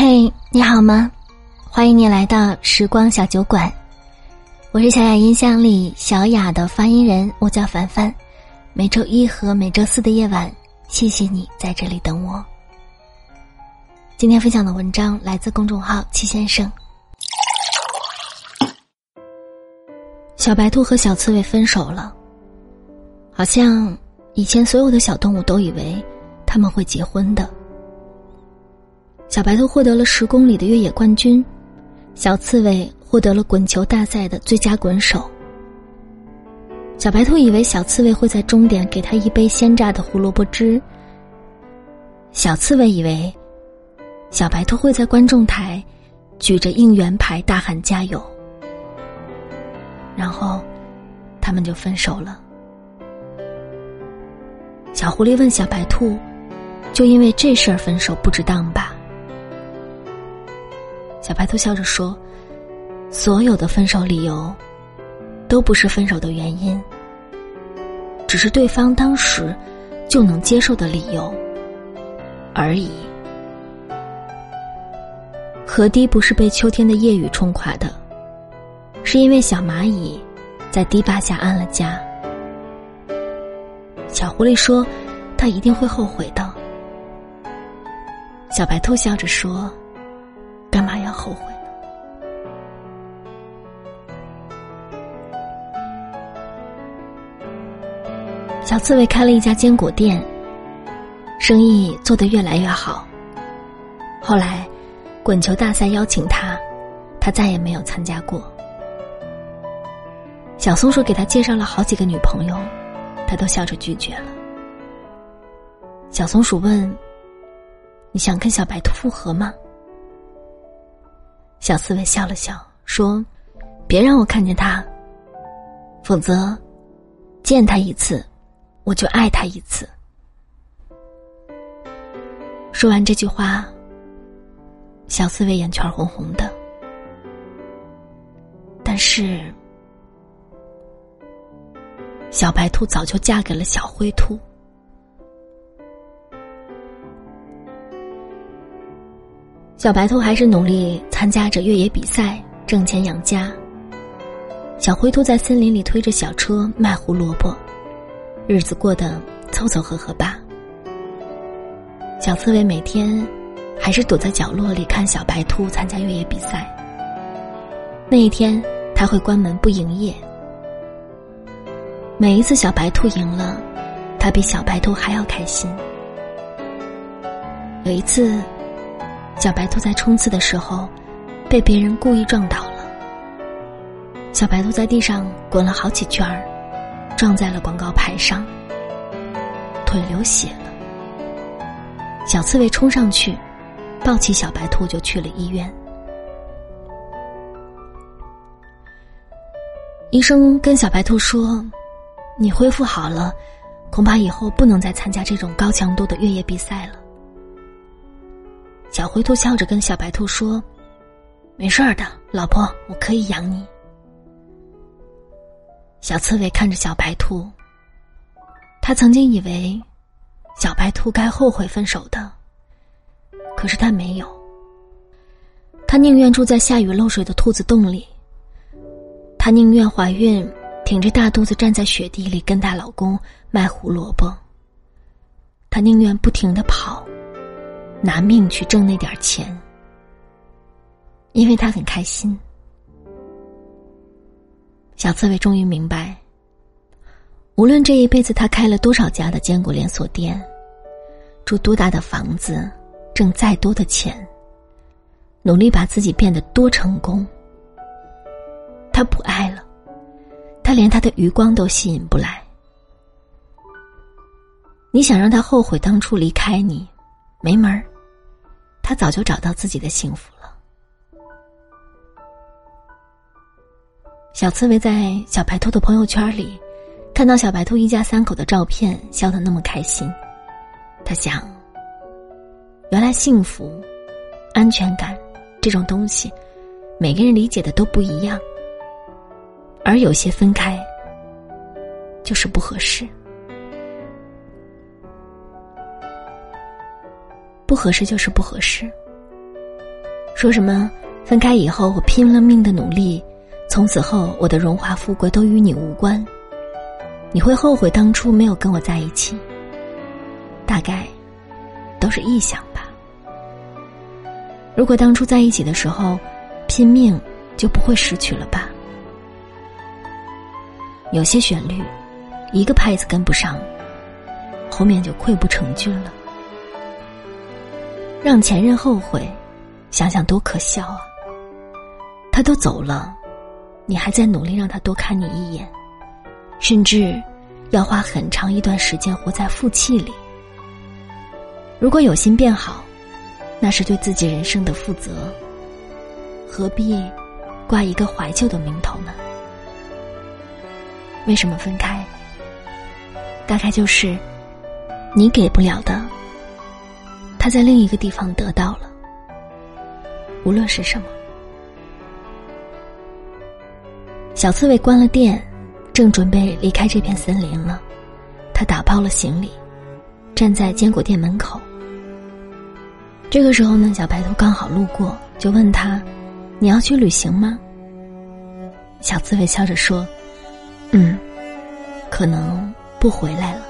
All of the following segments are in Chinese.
嘿，你好吗？欢迎你来到时光小酒馆，我是小雅音箱里小雅的发音人，我叫凡凡。每周一和每周四的夜晚，谢谢你在这里等我。今天分享的文章来自公众号七先生。小白兔和小刺猬分手了，好像以前所有的小动物都以为他们会结婚的。小白兔获得了10公里的越野冠军，小刺猬获得了滚球大赛的最佳滚手。小白兔以为小刺猬会在终点给他一杯鲜榨的胡萝卜汁，小刺猬以为小白兔会在观众台举着应援牌大喊加油，然后他们就分手了。小狐狸问小白兔，就因为这事儿分手不值当吧？小白兔笑着说，所有的分手理由都不是分手的原因，只是对方当时就能接受的理由而已。河堤不是被秋天的夜雨冲垮的，是因为小蚂蚁在堤坝下安了家。小狐狸说，他一定会后悔的。小白兔笑着说，干嘛要后悔呢？小刺猬开了一家坚果店，生意做得越来越好。后来滚球大赛邀请他，他再也没有参加过。小松鼠给他介绍了好几个女朋友，他都笑着拒绝了。小松鼠问，你想跟小白兔复合吗？小刺猬笑了笑说，别让我看见他，否则见他一次我就爱他一次。说完这句话，小刺猬眼圈红红的，但是小白兔早就嫁给了小灰兔。小白兔还是努力参加着越野比赛，挣钱养家。小灰兔在森林里推着小车卖胡萝卜，日子过得凑凑合合吧。小刺猬每天还是躲在角落里看小白兔参加越野比赛。那一天他会关门不营业。每一次小白兔赢了，他比小白兔还要开心。有一次小白兔在冲刺的时候被别人故意撞倒了，小白兔在地上滚了好几圈儿，撞在了广告牌上，腿流血了。小刺猬冲上去抱起小白兔就去了医院。医生跟小白兔说，你恢复好了，恐怕以后不能再参加这种高强度的越野比赛了。小灰兔笑着跟小白兔说，没事儿的，老婆，我可以养你。小刺猬看着小白兔，他曾经以为小白兔该后悔分手的，可是他没有。他宁愿住在下雨漏水的兔子洞里，他宁愿怀孕挺着大肚子站在雪地里跟她老公卖胡萝卜，他宁愿不停地跑，拿命去挣那点钱，因为他很开心。小刺猬终于明白，无论这一辈子他开了多少家的坚果连锁店，住多大的房子，挣再多的钱，努力把自己变得多成功，他不爱了，他连他的余光都吸引不来。你想让他后悔当初离开你，没门儿，他早就找到自己的幸福了。小刺猬在小白兔的朋友圈里看到小白兔一家3口的照片，笑得那么开心。他想，原来幸福、安全感这种东西，每个人理解的都不一样，而有些分开就是不合适。不合适就是不合适， 说什么分开以后我拼了命的努力，从此后我的荣华富贵都与你无关，你会后悔当初没有跟我在一起，大概都是臆想吧。如果当初在一起的时候拼命，就不会失去了吧。有些旋律一个拍子跟不上，后面就溃不成军了。让前任后悔，想想多可笑啊。他都走了，你还在努力让他多看你一眼，甚至要花很长一段时间活在负气里。如果有心变好，那是对自己人生的负责，何必挂一个怀旧的名头呢？为什么分开？大概就是你给不了的，他在另一个地方得到了，无论是什么。小刺猬关了店，正准备离开这片森林了，他打包了行李，站在坚果店门口。这个时候呢，小白兔刚好路过，就问他，你要去旅行吗？小刺猬笑着说，可能不回来了。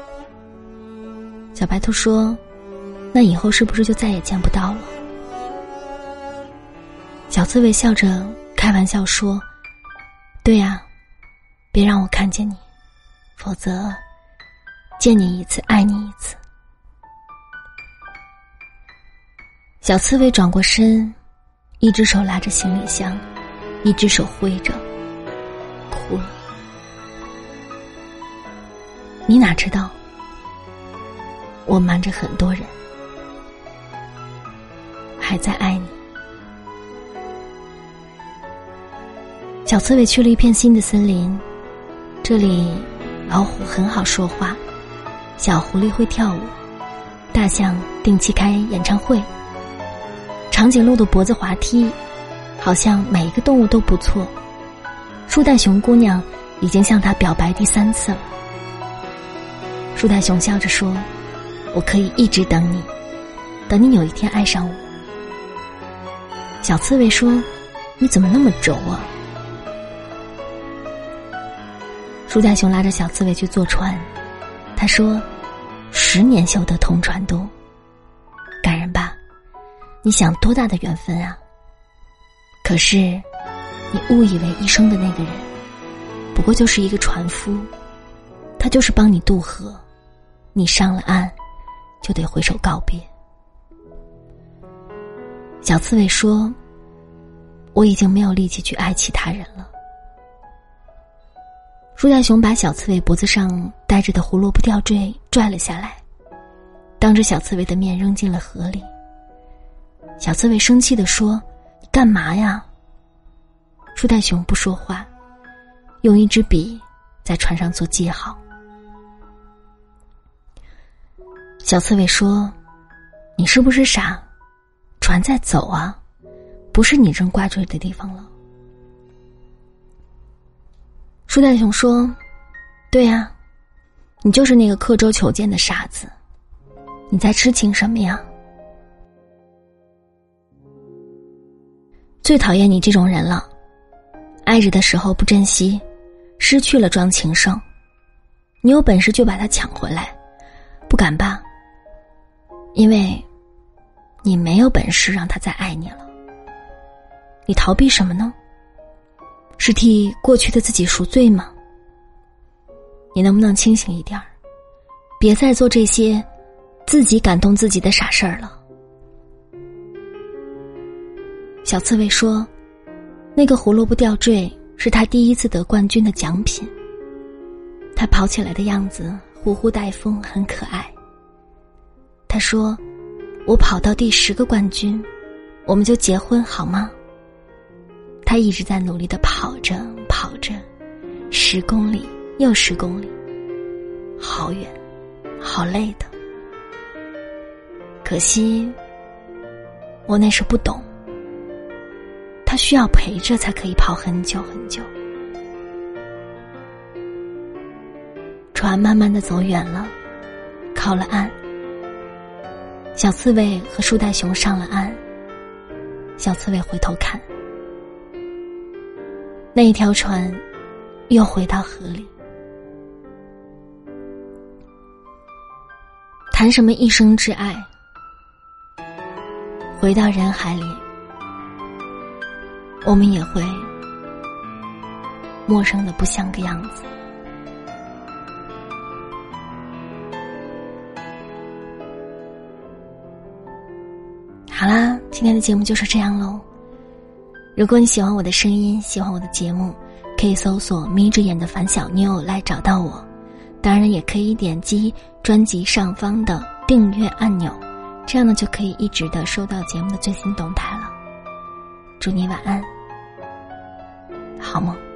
小白兔说，那以后是不是就再也见不到了？小刺猬笑着开玩笑说，对呀，别让我看见你，否则见你一次爱你一次。小刺猬转过身，一只手拉着行李箱，一只手挥着，哭了。你哪知道，我瞒着很多人，还在爱你。小刺猬去了一片新的森林，这里老虎很好说话，小狐狸会跳舞，大象定期开演唱会，长颈鹿的脖子滑梯，好像每一个动物都不错。树袋熊姑娘已经向他表白第3次了。树袋熊笑着说，我可以一直等你，等你有一天爱上我。小刺猬说，你怎么那么轴啊？树袋熊拉着小刺猬去坐船，他说10年修得同船渡，感人吧？你想多大的缘分啊？可是你误以为一生的那个人不过就是一个船夫，他就是帮你渡河，你上了岸就得挥手告别。小刺猬说，我已经没有力气去爱其他人了。树袋熊把小刺猬脖子上戴着的胡萝卜吊坠拽了下来，当着小刺猬的面扔进了河里。小刺猬生气地说，你干嘛呀？树袋熊不说话，用一支笔在船上做记号。小刺猬说，你是不是傻？船在走啊，不是你扔挂坠的地方了。树袋熊说，对呀，你就是那个刻舟求剑的傻子，你在痴情什么呀？最讨厌你这种人了，爱着的时候不珍惜，失去了装情圣，你有本事就把它抢回来，不敢吧？因为你没有本事让他再爱你了。你逃避什么呢？是替过去的自己赎罪吗？你能不能清醒一点，别再做这些自己感动自己的傻事儿了。小刺猬说，那个胡萝卜吊坠是他第一次得冠军的奖品，他跑起来的样子呼呼带风，很可爱。他说，我跑到第10个冠军，我们就结婚好吗？他一直在努力地跑着跑着，10公里又10公里，好远好累的。可惜我那时不懂，他需要陪着才可以跑很久很久。船慢慢地走远了，靠了岸。小刺猬和树袋熊上了岸， 小刺猬回头看，那一条船又回到河里。谈什么一生之爱，回到人海里，我们也会陌生的不像个样子。好啦，今天的节目就是这样咯。如果你喜欢我的声音，喜欢我的节目，可以搜索眯着眼的樊小妞来找到我，当然也可以点击专辑上方的订阅按钮，这样呢就可以一直的收到节目的最新动态了。祝你晚安，好梦。